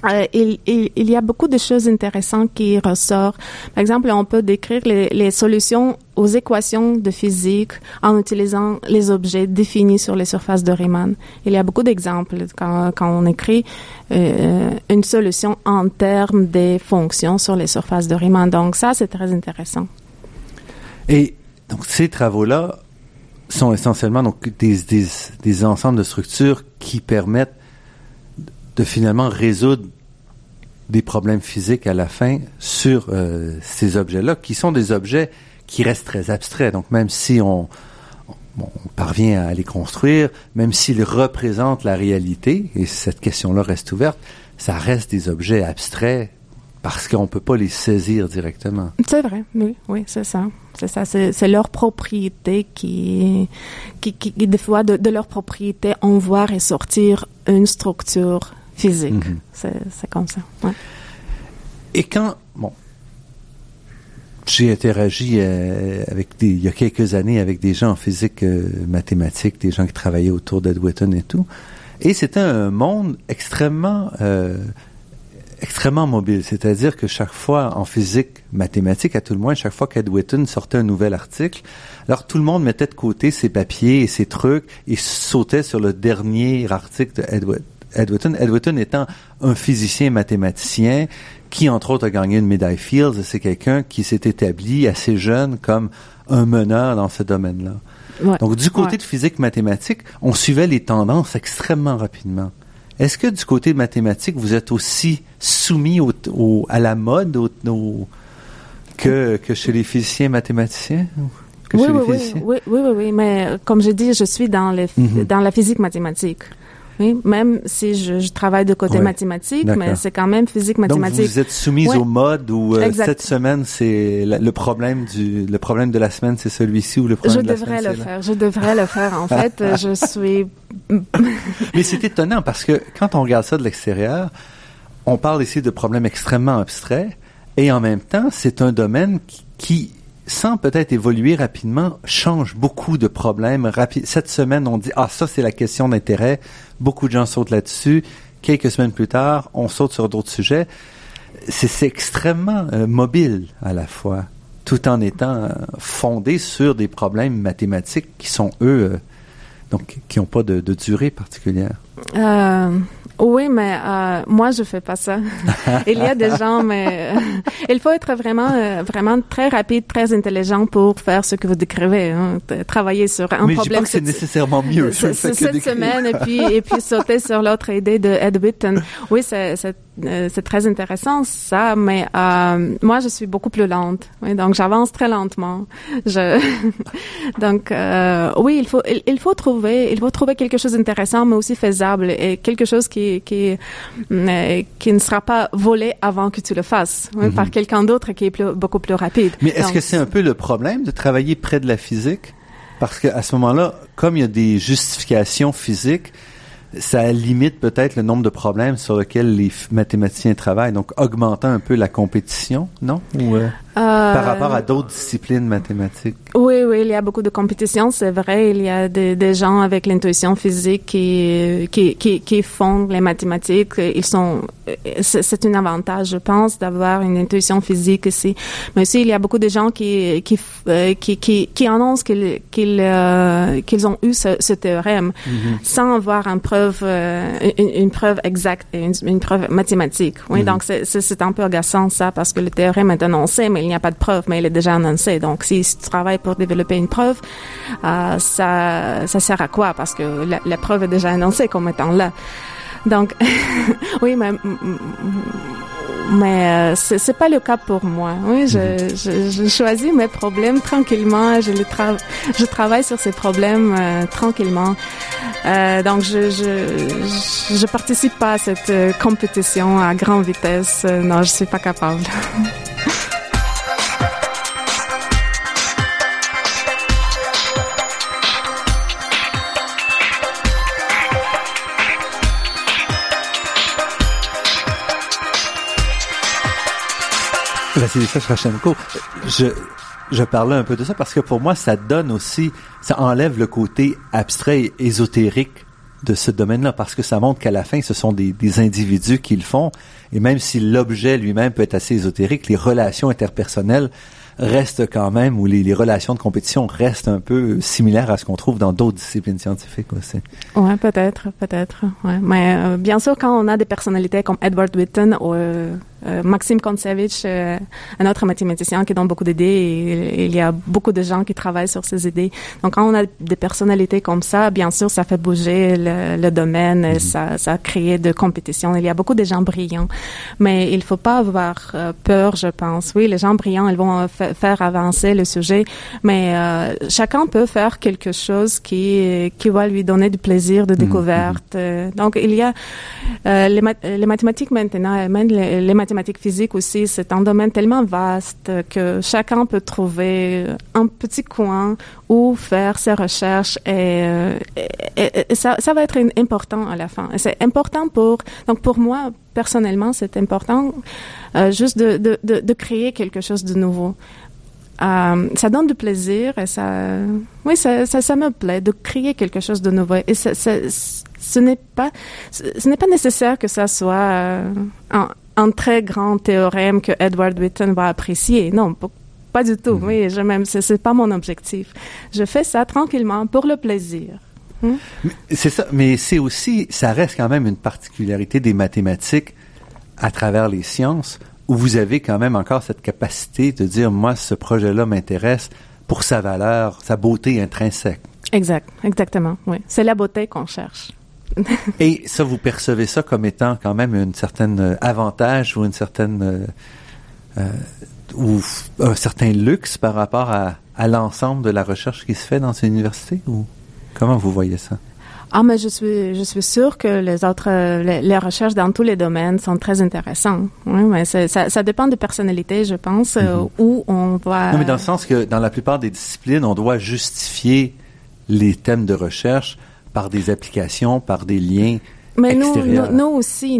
il y a beaucoup de choses intéressantes qui ressortent. Par exemple, on peut décrire les solutions aux équations de physique en utilisant les objets définis sur les surfaces de Riemann. Il y a beaucoup d'exemples quand on écrit une solution en termes des fonctions sur les surfaces de Riemann. Donc ça, c'est très intéressant. Et donc ces travaux-là sont essentiellement donc des ensembles de structures qui permettent de finalement résoudre des problèmes physiques à la fin sur ces objets-là, qui sont des objets qui restent très abstraits. Donc, même si on parvient à les construire, même s'ils représentent la réalité, et cette question-là reste ouverte, ça reste des objets abstraits parce qu'on ne peut pas les saisir directement. C'est vrai, oui, c'est ça. C'est ça, c'est leur propriété qui des fois, de leur propriété, on voit ressortir une structure physique. Mm-hmm. C'est comme ça, ouais. Et quand, j'ai interagi il y a quelques années avec des gens en physique mathématique, des gens qui travaillaient autour d'Ed Witten et tout, et c'était un monde extrêmement mobile. C'est-à-dire que chaque fois, en physique mathématique, à tout le moins, chaque fois qu'Ed Witten sortait un nouvel article, alors tout le monde mettait de côté ses papiers et ses trucs et sautait sur le dernier article de Ed Witten. Ed Witten étant un physicien mathématicien qui, entre autres, a gagné une médaille Fields. C'est quelqu'un qui s'est établi assez jeune comme un meneur dans ce domaine-là. Ouais. Donc, du côté de physique mathématique, on suivait les tendances extrêmement rapidement. Est-ce que du côté mathématique, vous êtes aussi soumis à la mode que chez les physiciens mathématiciens? Oui, mais comme je dis, je suis dans la physique mathématique. Oui, même si je travaille de côté mathématique, mais c'est quand même physique mathématique. Donc vous êtes soumise au mode où cette semaine c'est le problème de la semaine c'est celui-ci ou le problème de la semaine Je devrais le faire. En fait, je suis. Mais c'est étonnant parce que quand on regarde ça de l'extérieur, on parle ici de problèmes extrêmement abstraits et en même temps c'est un domaine qui sans peut-être évoluer rapidement, change beaucoup de problèmes. Cette semaine, on dit « Ah, ça, c'est la question d'intérêt. » Beaucoup de gens sautent là-dessus. Quelques semaines plus tard, on saute sur d'autres sujets. C'est extrêmement mobile à la fois, tout en étant fondé sur des problèmes mathématiques qui sont, eux, donc qui n'ont pas de durée particulière. Oui, mais moi, je fais pas ça. Il y a des gens, mais il faut être vraiment très rapide, très intelligent pour faire ce que vous décrivez. Hein. Travailler sur un problème. Mais je dis pas que c'est nécessairement mieux. Cette semaine, et puis sauter sur l'autre idée de Ed Witten. Oui, c'est très intéressant ça, mais moi, je suis beaucoup plus lente. Oui, donc j'avance très lentement. Donc oui, il faut trouver quelque chose d'intéressant, mais aussi faisable et quelque chose qui ne sera pas volé avant que tu le fasses par quelqu'un d'autre qui est beaucoup plus rapide. Mais est-ce que c'est un peu le problème de travailler près de la physique? Parce qu'à ce moment-là, comme il y a des justifications physiques, ça limite peut-être le nombre de problèmes sur lesquels les mathématiciens travaillent, donc augmentant un peu la compétition, non? Par rapport à d'autres disciplines mathématiques. Oui, il y a beaucoup de compétition, c'est vrai. Il y a des gens avec l'intuition physique qui font les mathématiques. C'est un avantage, je pense, d'avoir une intuition physique ici. Mais aussi, il y a beaucoup de gens qui annoncent qu'ils ont eu ce théorème sans avoir une preuve exacte, une preuve mathématique. Oui, donc c'est un peu agaçant ça parce que le théorème est annoncé, mais il n'y a pas de preuve, mais il est déjà annoncé. Donc, si tu travailles pour développer une preuve, ça sert à quoi? Parce que la preuve est déjà annoncée comme étant là. Donc, oui, mais c'est pas le cas pour moi. Oui, je choisis mes problèmes tranquillement. Je travaille sur ces problèmes tranquillement. Donc, je participe pas à cette compétition à grande vitesse. Non, je suis pas capable. Vasilissa Shrashenko, je parlais un peu de ça parce que pour moi, ça donne aussi, ça enlève le côté abstrait et ésotérique ce domaine-là, parce que ça montre qu'à la fin, ce sont des individus qui le font, et même si l'objet lui-même peut être assez ésotérique, les relations interpersonnelles restent quand même, ou les relations de compétition restent un peu similaires à ce qu'on trouve dans d'autres disciplines scientifiques aussi. Ouais, peut-être. Ouais. Mais bien sûr, quand on a des personnalités comme Edward Witten ou Maxim Kontsevich, un autre mathématicien qui donne beaucoup d'idées, et il y a beaucoup de gens qui travaillent sur ces idées. Donc, quand on a des personnalités comme ça, bien sûr, ça fait bouger le domaine, et ça crée de compétition. Il y a beaucoup de gens brillants, mais il faut pas avoir peur, je pense. Oui, les gens brillants, ils vont faire avancer le sujet, mais chacun peut faire quelque chose qui va lui donner du plaisir de découverte. Donc, il y a les mathématiques maintenant, même les mathématiques physiques aussi, c'est un domaine tellement vaste que chacun peut trouver un petit coin où faire ses recherches, et ça va être important à la fin. Et c'est important donc pour moi, personnellement, c'est important juste de créer quelque chose de nouveau. Ça donne du plaisir, et ça me plaît de créer quelque chose de nouveau. Et ce n'est pas nécessaire que ça soit un très grand théorème que Edward Witten va apprécier. Non, pas du tout. Oui, c'est pas mon objectif. Je fais ça tranquillement pour le plaisir. C'est ça, mais ça reste quand même une particularité des mathématiques à travers les sciences, où vous avez quand même encore cette capacité de dire, moi, ce projet-là m'intéresse pour sa valeur, sa beauté intrinsèque. Exactement, oui. C'est la beauté qu'on cherche. Et ça, vous percevez ça comme étant quand même une certaine avantage ou une certaine ou un certain luxe par rapport à l'ensemble de la recherche qui se fait dans ces universités, ou comment vous voyez ça? Mais je suis sûre que les recherches dans tous les domaines sont très intéressantes. Oui, mais ça dépend de personnalité, je pense, où on va... Non, mais dans le sens que dans la plupart des disciplines, on doit justifier les thèmes de recherche par des applications, par des liens extérieurs. Nous aussi,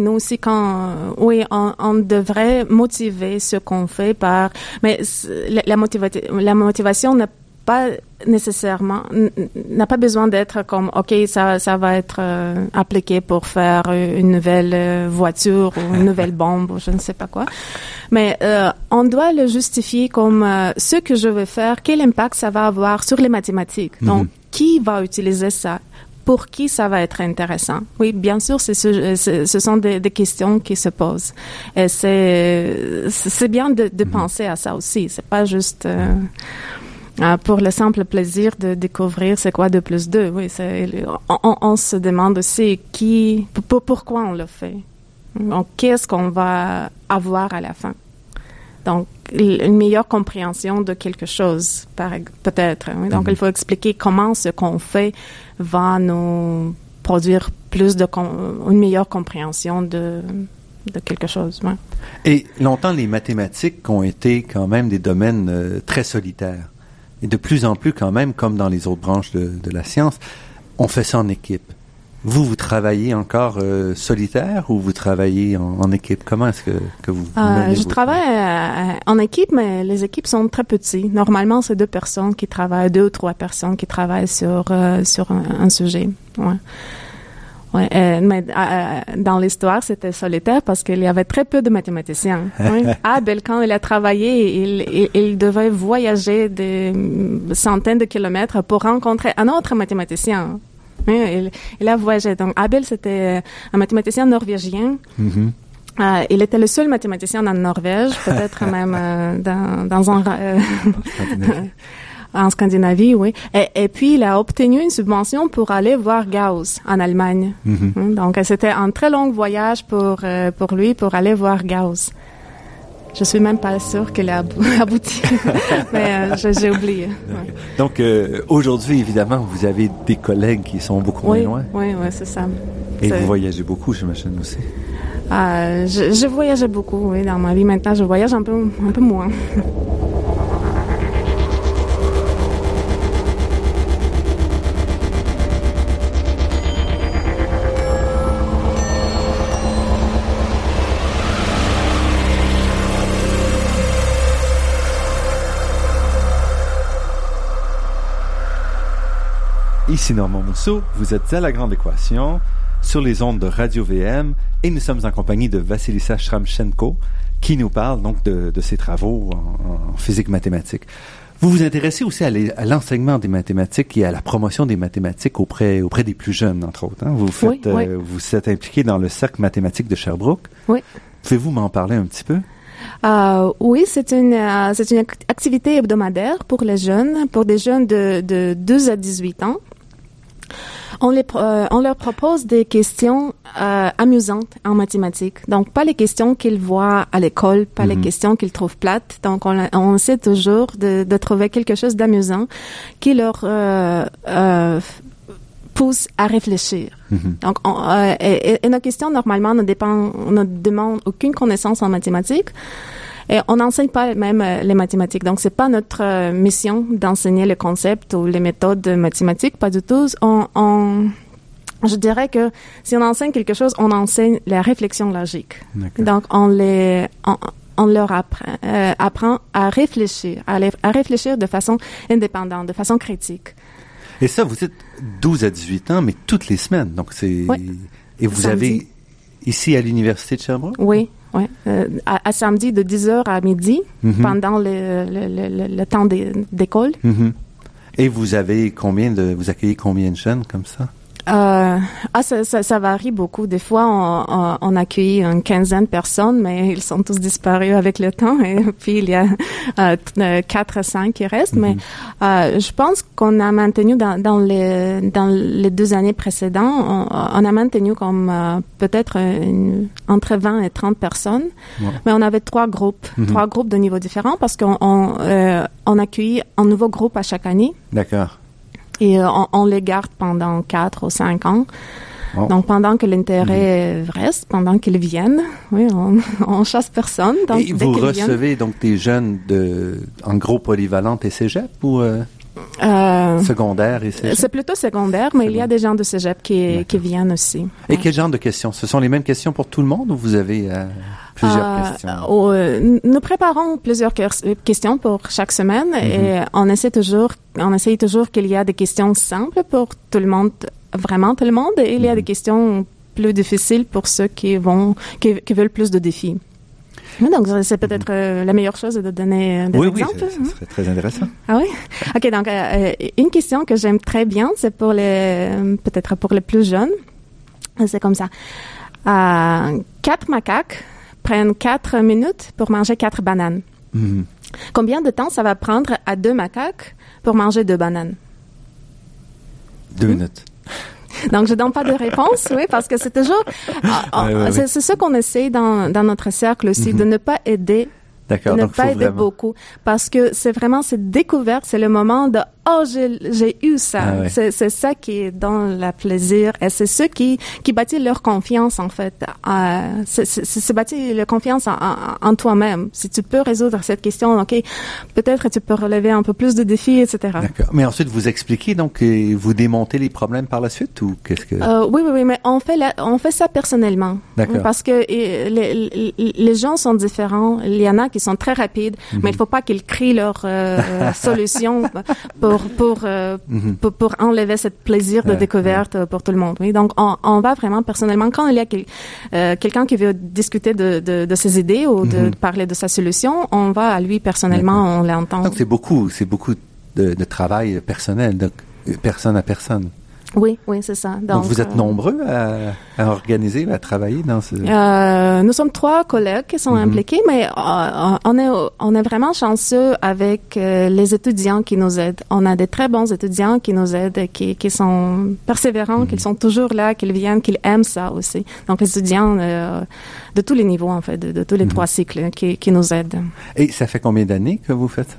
on devrait motiver ce qu'on fait par... Mais la motivation n'a pas nécessairement, n'a pas besoin d'être comme, OK, ça va être appliqué pour faire une nouvelle voiture ou une nouvelle bombe ou je ne sais pas quoi. Mais on doit le justifier comme ce que je veux faire, quel impact ça va avoir sur les mathématiques. Donc, qui va utiliser ça? Pour qui ça va être intéressant? Oui, bien sûr, ce sont des questions qui se posent. Et c'est bien de penser à ça aussi. C'est pas juste... pour le simple plaisir de découvrir c'est quoi 2 + 2. Oui, on se demande aussi pourquoi on le fait. Donc, qu'est-ce qu'on va avoir à la fin? Donc, une meilleure compréhension de quelque chose, peut-être. Oui. Donc, il faut expliquer comment ce qu'on fait va nous produire une meilleure compréhension de quelque chose. Ouais. Et longtemps, les mathématiques ont été quand même des domaines très solitaires. Et de plus en plus, quand même, comme dans les autres branches de la science, on fait ça en équipe. Vous travaillez encore solitaire ou vous travaillez en équipe? Comment est-ce que vous menez Je travaille en équipe, mais les équipes sont très petites. Normalement, c'est 2 personnes qui travaillent, 2 ou 3 personnes qui travaillent sur un sujet. Ouais. Ouais, mais dans l'histoire, c'était solitaire parce qu'il y avait très peu de mathématiciens. Oui. Abel, quand il a travaillé, il devait voyager des centaines de kilomètres pour rencontrer un autre mathématicien. Oui, il a voyagé. Donc, Abel, c'était un mathématicien norvégien. Il était le seul mathématicien en Norvège, peut-être même dans un... en Scandinavie, oui. Et puis, il a obtenu une subvention pour aller voir Gauss en Allemagne. Donc, c'était un très long voyage pour lui, pour aller voir Gauss. Je suis même pas sûre qu'il a abouti, mais j'ai oublié. Ouais. Donc, aujourd'hui, évidemment, vous avez des collègues qui sont beaucoup moins loin. Oui, c'est ça. Et vous voyagez beaucoup, j'imagine aussi. Je voyageais beaucoup, oui, dans ma vie. Maintenant, je voyage un peu moins. Ici Normand Mousseau, vous êtes à La Grande Équation, sur les ondes de Radio-VM, et nous sommes en compagnie de Vassilissa Shramchenko, qui nous parle donc de ses travaux en physique mathématique. Vous vous intéressez aussi à l'enseignement des mathématiques et à la promotion des mathématiques auprès des plus jeunes, entre autres. Hein? Vous êtes impliqué dans le Cercle mathématique de Sherbrooke. Oui. Pouvez-vous m'en parler un petit peu? Oui, c'est une activité hebdomadaire pour les jeunes, pour des jeunes de 12 à 18 ans. On leur propose des questions amusantes en mathématiques. Donc, pas les questions qu'ils voient à l'école, pas les questions qu'ils trouvent plates. Donc, on essaie toujours de trouver quelque chose d'amusant qui leur pousse à réfléchir. Donc, et nos questions, normalement, ne demandent aucune connaissance en mathématiques. Et on n'enseigne pas même les mathématiques. Donc, c'est pas notre mission d'enseigner le concept ou les méthodes mathématiques, pas du tout. Je dirais que si on enseigne quelque chose, on enseigne la réflexion logique. D'accord. Donc, on leur apprend à réfléchir de façon indépendante, de façon critique. Et ça, vous êtes 12 à 18 ans, mais toutes les semaines. Donc, c'est... Oui. Et vous avez ici à l'Université de Sherbrooke? Oui. Oui, à samedi de 10h à midi, pendant le temps d'école. Et vous accueillez combien de jeunes comme ça? Ça varie beaucoup. Des fois, on accueille une quinzaine de personnes, mais ils sont tous disparus avec le temps. Et puis, il y a 4 à 5 qui restent. Mais je pense qu'on a maintenu dans les 2 années précédentes, on a maintenu comme peut-être entre 20 et 30 personnes. Ouais. Mais on avait 3 groupes de niveaux différents parce qu'on accueille un nouveau groupe à chaque année. D'accord. Et on les garde pendant 4 ou 5 ans. Oh. Donc, pendant que l'intérêt reste, pendant qu'ils viennent, oui, on chasse personne. Donc, et vous recevez donc des jeunes en gros polyvalente et cégep ou secondaire et cégep? C'est plutôt secondaire, mais il y a des gens de cégep qui viennent aussi. Et quel genre de questions? Ce sont les mêmes questions pour tout le monde ou vous avez plusieurs questions? Nous préparons plusieurs questions pour chaque semaine et on essaie toujours qu'il y a des questions simples pour tout le monde, vraiment tout le monde, et il y a des questions plus difficiles pour ceux qui veulent plus de défis. Donc, c'est peut-être la meilleure chose de donner des exemples. Oui, ça serait très intéressant. Ah oui? OK, donc, une question que j'aime très bien, c'est peut-être pour les plus jeunes. C'est comme ça. 4 macaques prennent 4 minutes pour manger 4 bananes. Combien de temps ça va prendre à 2 macaques pour manger 2 bananes? 2 minutes. Donc, je donne pas de réponse, oui, parce que c'est toujours... c'est ce qu'on essaie dans notre cercle aussi, de ne pas aider. D'accord. De ne pas aider beaucoup. Parce que c'est vraiment cette découverte, c'est le moment de « Oh, j'ai eu ça ». C'est ça qui donne le plaisir et c'est ce qui bâtit leur confiance, en fait. C'est bâtir leur confiance en toi-même. Si tu peux résoudre cette question, OK, peut-être tu peux relever un peu plus de défis, etc. D'accord. Mais ensuite, vous expliquez, donc, vous démontez les problèmes par la suite ou qu'est-ce que... Oui, mais on fait ça personnellement. D'accord. Parce que les gens sont différents. Il y en a qui sont très rapides, mais il faut pas qu'ils crient leur solution pour enlever ce plaisir de découverte pour tout le monde. Oui, donc on va vraiment personnellement quand il y a quelqu'un qui veut discuter de ses idées ou de parler de sa solution, on va à lui personnellement, on l'entend. Donc c'est beaucoup de travail personnel, donc personne à personne. Oui, c'est ça. Donc vous êtes nombreux à organiser, à travailler dans ce... Nous sommes 3 collègues qui sont impliqués, mais on est vraiment chanceux avec les étudiants qui nous aident. On a des très bons étudiants qui nous aident, qui sont persévérants, qui sont toujours là, qui viennent, qui aiment ça aussi. Donc les étudiants de tous les niveaux, en fait, de tous les 3 cycles qui nous aident. Et ça fait combien d'années que vous faites ça?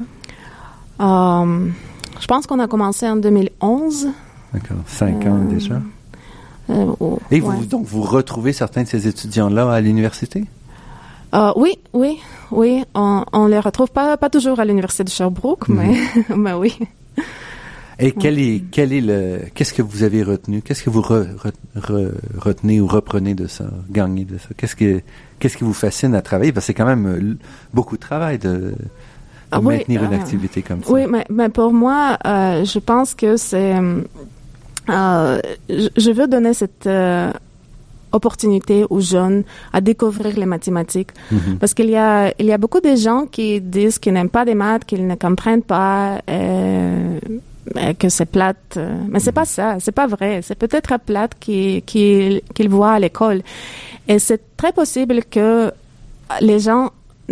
Je pense qu'on a commencé en 2011. D'accord, 5 ans déjà. Et donc vous retrouvez certains de ces étudiants-là à l'université? Oui. On les retrouve pas toujours à l'université de Sherbrooke, mais oui. Et qu'est-ce que vous avez retenu? Qu'est-ce que vous retenez ou reprenez de ça, gagnez de ça? Qu'est-ce qui vous fascine à travailler? Parce que c'est quand même beaucoup de travail de maintenir une activité comme ça. Oui, mais pour moi, je pense que c'est je veux donner cette opportunité aux jeunes à découvrir les mathématiques. Parce qu'il y a beaucoup de gens qui disent qu'ils n'aiment pas les maths, qu'ils ne comprennent pas, que c'est plate. Mais c'est pas ça, c'est pas vrai. C'est peut-être plate qu'ils voient à l'école. Et c'est très possible que les gens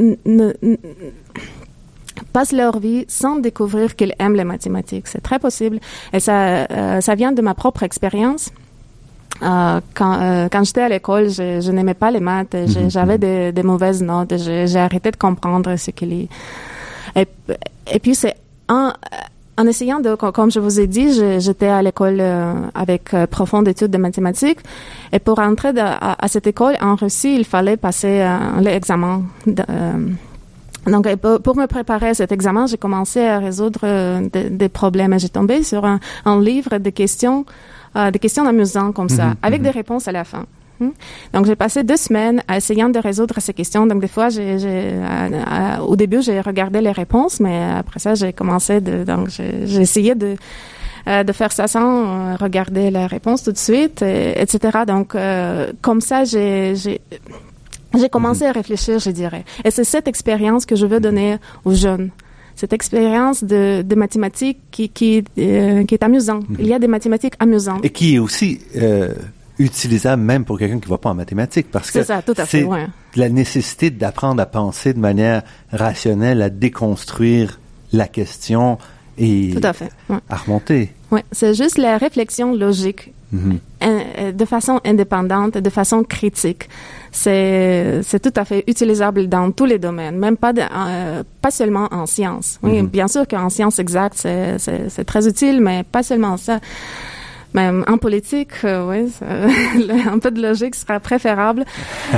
passent leur vie sans découvrir qu'ils aiment les mathématiques. C'est très possible. Et ça vient de ma propre expérience. Quand j'étais à l'école, je n'aimais pas les maths. J'avais des mauvaises notes. J'ai arrêté de comprendre ce qu'il est. Et puis c'est en essayant comme je vous ai dit, j'étais à l'école avec profonde étude de mathématiques. Et pour entrer à cette école en Russie, il fallait passer l'examen. Donc, pour me préparer à cet examen, j'ai commencé à résoudre des problèmes. Et j'ai tombé sur un livre de questions amusantes comme ça, avec des réponses à la fin. Donc, j'ai passé 2 semaines à essayer de résoudre ces questions. Donc, des fois, au début, j'ai regardé les réponses, mais après ça, j'ai commencé donc, j'ai essayé de faire ça sans regarder les réponses tout de suite, etc. Donc, comme ça, j'ai commencé à réfléchir, je dirais. Et c'est cette expérience que je veux donner aux jeunes. Cette expérience de mathématiques qui est amusante. Il y a des mathématiques amusantes. Et qui est aussi utilisable même pour quelqu'un qui ne va pas en mathématiques. Parce que c'est ça, tout à fait, ouais. La nécessité d'apprendre à penser de manière rationnelle, à déconstruire la question et tout à fait, ouais. À remonter. Oui, c'est juste la réflexion logique. De façon indépendante, de façon critique. C'est tout à fait utilisable dans tous les domaines, même pas seulement en sciences. Oui, bien sûr qu'en sciences exactes, c'est très utile, mais pas seulement ça. Même en politique, oui, un peu de logique sera préférable.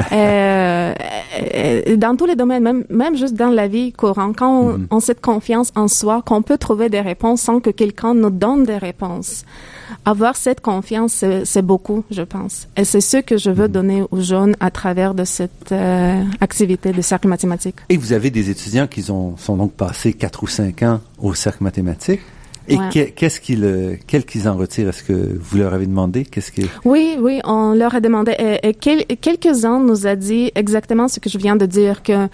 Dans tous les domaines, même juste dans la vie courante, quand on a cette confiance en soi, qu'on peut trouver des réponses sans que quelqu'un nous donne des réponses. Avoir cette confiance, c'est beaucoup, je pense. Et c'est ce que je veux donner aux jeunes à travers de cette activité de cercle mathématique. Et vous avez des étudiants qui sont donc passés 4 ou 5 ans au cercle mathématique. Et ouais. Qu'est-ce qu'ils en retirent? Est-ce que vous leur avez demandé? Oui, on leur a demandé. Et quelques-uns nous a dit exactement ce que je viens de dire, qu'ils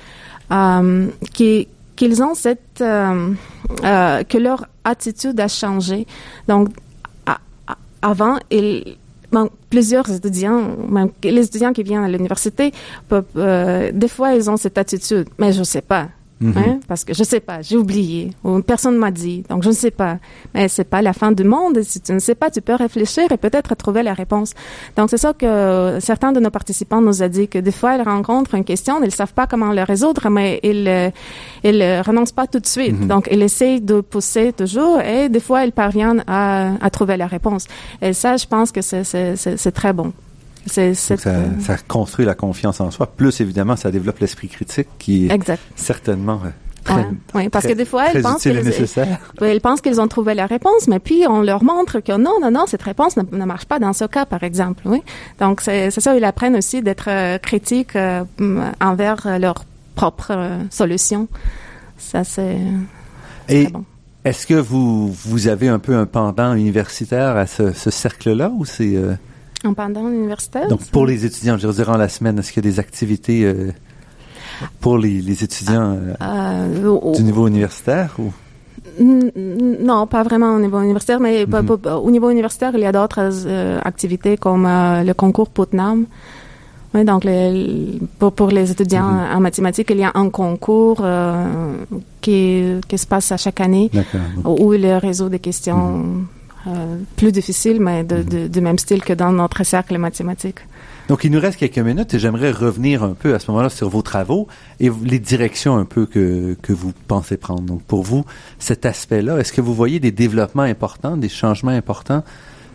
ont que leur attitude a changé. Donc, avant, plusieurs étudiants, même les étudiants qui viennent à l'université, des fois, ils ont cette attitude. Mais je ne sais pas. Parce que je sais pas, j'ai oublié, ou personne m'a dit, donc je ne sais pas. Mais c'est pas la fin du monde. Si tu ne sais pas, tu peux réfléchir et peut-être trouver la réponse. Donc c'est ça que certains de nos participants nous a dit, que des fois ils rencontrent une question, ils savent pas comment la résoudre, mais ils renoncent pas tout de suite. Donc ils essayent de pousser toujours et des fois ils parviennent à trouver la réponse. Et ça, je pense que c'est très bon. Ça construit la confiance en soi. Plus, évidemment, ça développe l'esprit critique qui est certainement oui, parce que des fois, ils pensent qu'ils ont trouvé la réponse, mais puis on leur montre que non, cette réponse ne marche pas dans ce cas, par exemple. Oui. Donc, c'est ça, ils apprennent aussi d'être critiques envers leurs propres solutions. Ça, c'est bon. Est-ce que vous avez un peu un pendant universitaire à ce cercle-là ou c'est... Un pendant universitaire? Donc, pour les étudiants, je veux dire, durant la semaine, est-ce qu'il y a des activités pour les étudiants du niveau universitaire? Ou? Non, pas vraiment au niveau universitaire, mais au niveau universitaire, il y a d'autres activités comme le concours Putnam. Oui, donc pour les étudiants en mathématiques, il y a un concours qui se passe à chaque année où il résout des questions... plus difficile, mais du même style que dans notre cercle mathématique. Donc, il nous reste quelques minutes et j'aimerais revenir un peu à ce moment-là sur vos travaux et les directions un peu que vous pensez prendre. Donc, pour vous, cet aspect-là, est-ce que vous voyez des développements importants, des changements importants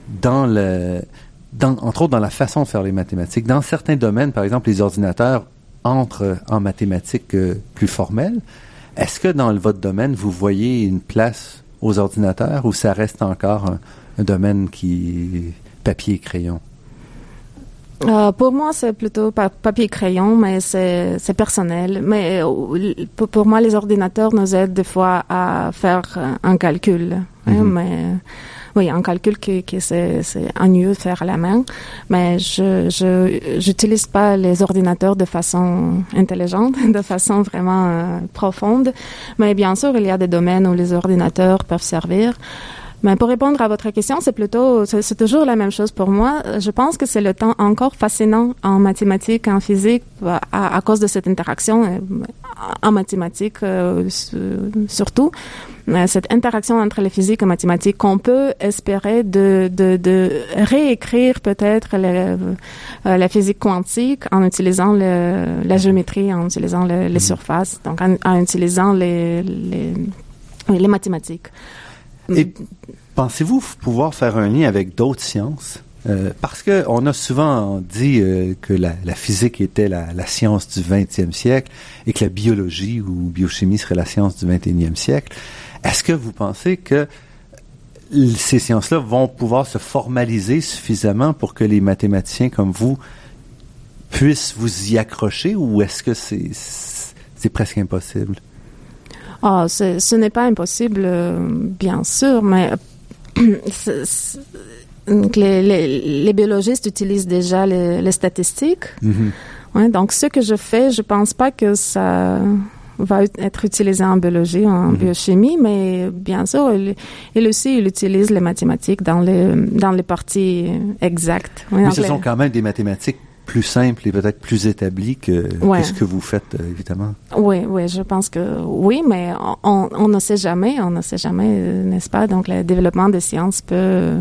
entre autres dans la façon de faire les mathématiques? Dans certains domaines, par exemple, les ordinateurs entrent en mathématiques plus formelles. Est-ce que dans votre domaine, vous voyez une place aux ordinateurs ou ça reste encore un domaine qui papier et crayon? Pour moi, c'est plutôt papier et crayon, mais c'est personnel. Mais pour moi, les ordinateurs nous aident des fois à faire un calcul. Mais Oui, un calcul que c'est ennuyeux de faire à la main, mais j'utilise pas les ordinateurs de façon intelligente, de façon vraiment profonde. Mais bien sûr, il y a des domaines où les ordinateurs peuvent servir. Mais pour répondre à votre question, c'est toujours la même chose pour moi. Je pense que c'est le temps encore fascinant en mathématiques, en physique, à cause de cette interaction, en mathématiques surtout, cette interaction entre les physiques et mathématiques qu'on peut espérer de réécrire peut-être la physique quantique en utilisant la géométrie, en utilisant les surfaces, donc en utilisant les mathématiques. Et pensez-vous pouvoir faire un lien avec d'autres sciences? Parce que on a souvent dit que la physique était la science du 20e siècle et que la biologie ou biochimie serait la science du 21e siècle. Est-ce que vous pensez que ces sciences-là vont pouvoir se formaliser suffisamment pour que les mathématiciens comme vous puissent vous y accrocher, ou est-ce que c'est presque impossible? Ce n'est pas impossible, bien sûr, mais les biologistes utilisent déjà les statistiques. Mm-hmm. Ouais, donc, ce que je fais, je pense pas que ça va être utilisé en biologie, en biochimie, mais bien sûr, il utilise les mathématiques dans les parties exactes. Ouais, mais ce sont quand même des mathématiques plus simple et peut-être plus établi que ce que vous faites, évidemment. Oui, je pense que oui, mais on ne sait jamais, n'est-ce pas? Donc, le développement des sciences peut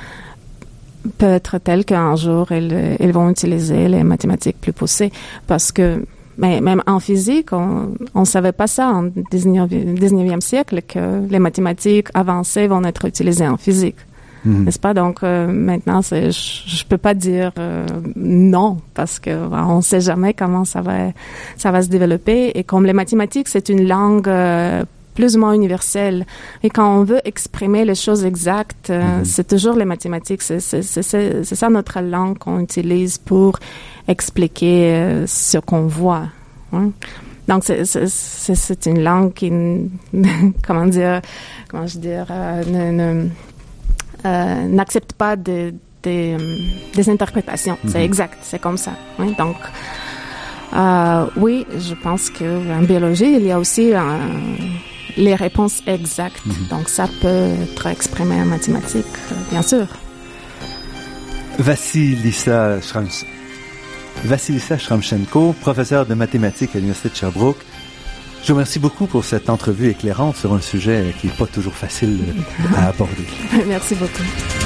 être tel qu'un jour, ils vont utiliser les mathématiques plus poussées, parce que même en physique, on ne savait pas ça en 19e siècle, que les mathématiques avancées vont être utilisées en physique. N'est-ce pas? Donc, maintenant, je peux pas dire non, parce que on sait jamais comment ça va se développer. Et comme les mathématiques, c'est une langue plus ou moins universelle. Et quand on veut exprimer les choses exactes, c'est toujours les mathématiques. C'est ça notre langue qu'on utilise pour expliquer ce qu'on voit. Hein? Donc, c'est une langue qui, n'accepte pas des interprétations. C'est exact, c'est comme ça. Oui, donc, oui, je pense qu'en biologie, il y a aussi les réponses exactes. Donc, ça peut être exprimé en mathématiques, bien sûr. Vassilissa Shramchenko, professeure de mathématiques à l'Université de Sherbrooke. Je vous remercie beaucoup pour cette entrevue éclairante sur un sujet qui n'est pas toujours facile à aborder. Merci beaucoup.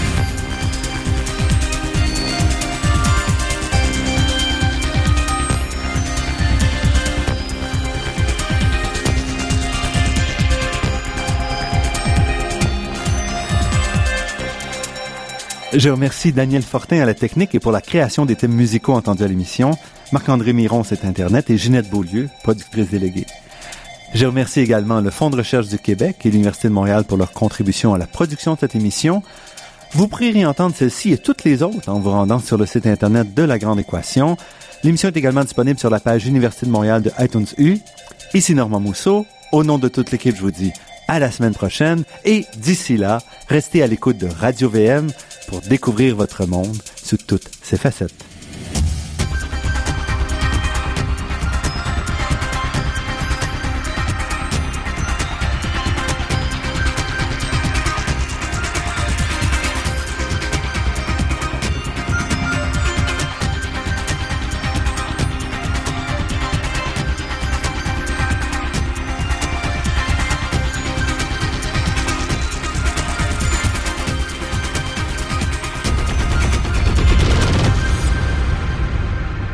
Je remercie Daniel Fortin à la technique et pour la création des thèmes musicaux entendus à l'émission, Marc-André Miron, site Internet, et Ginette Beaulieu, productrice déléguée. Je remercie également le Fonds de recherche du Québec et l'Université de Montréal pour leur contribution à la production de cette émission. Vous pourrez réentendre celle-ci et toutes les autres en vous rendant sur le site Internet de La Grande Équation. L'émission est également disponible sur la page Université de Montréal de iTunes U. Ici Normand Mousseau. Au nom de toute l'équipe, je vous dis à la semaine prochaine. Et d'ici là, restez à l'écoute de Radio VM pour découvrir votre monde sous toutes ses facettes.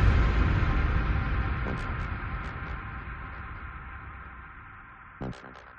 Thank you.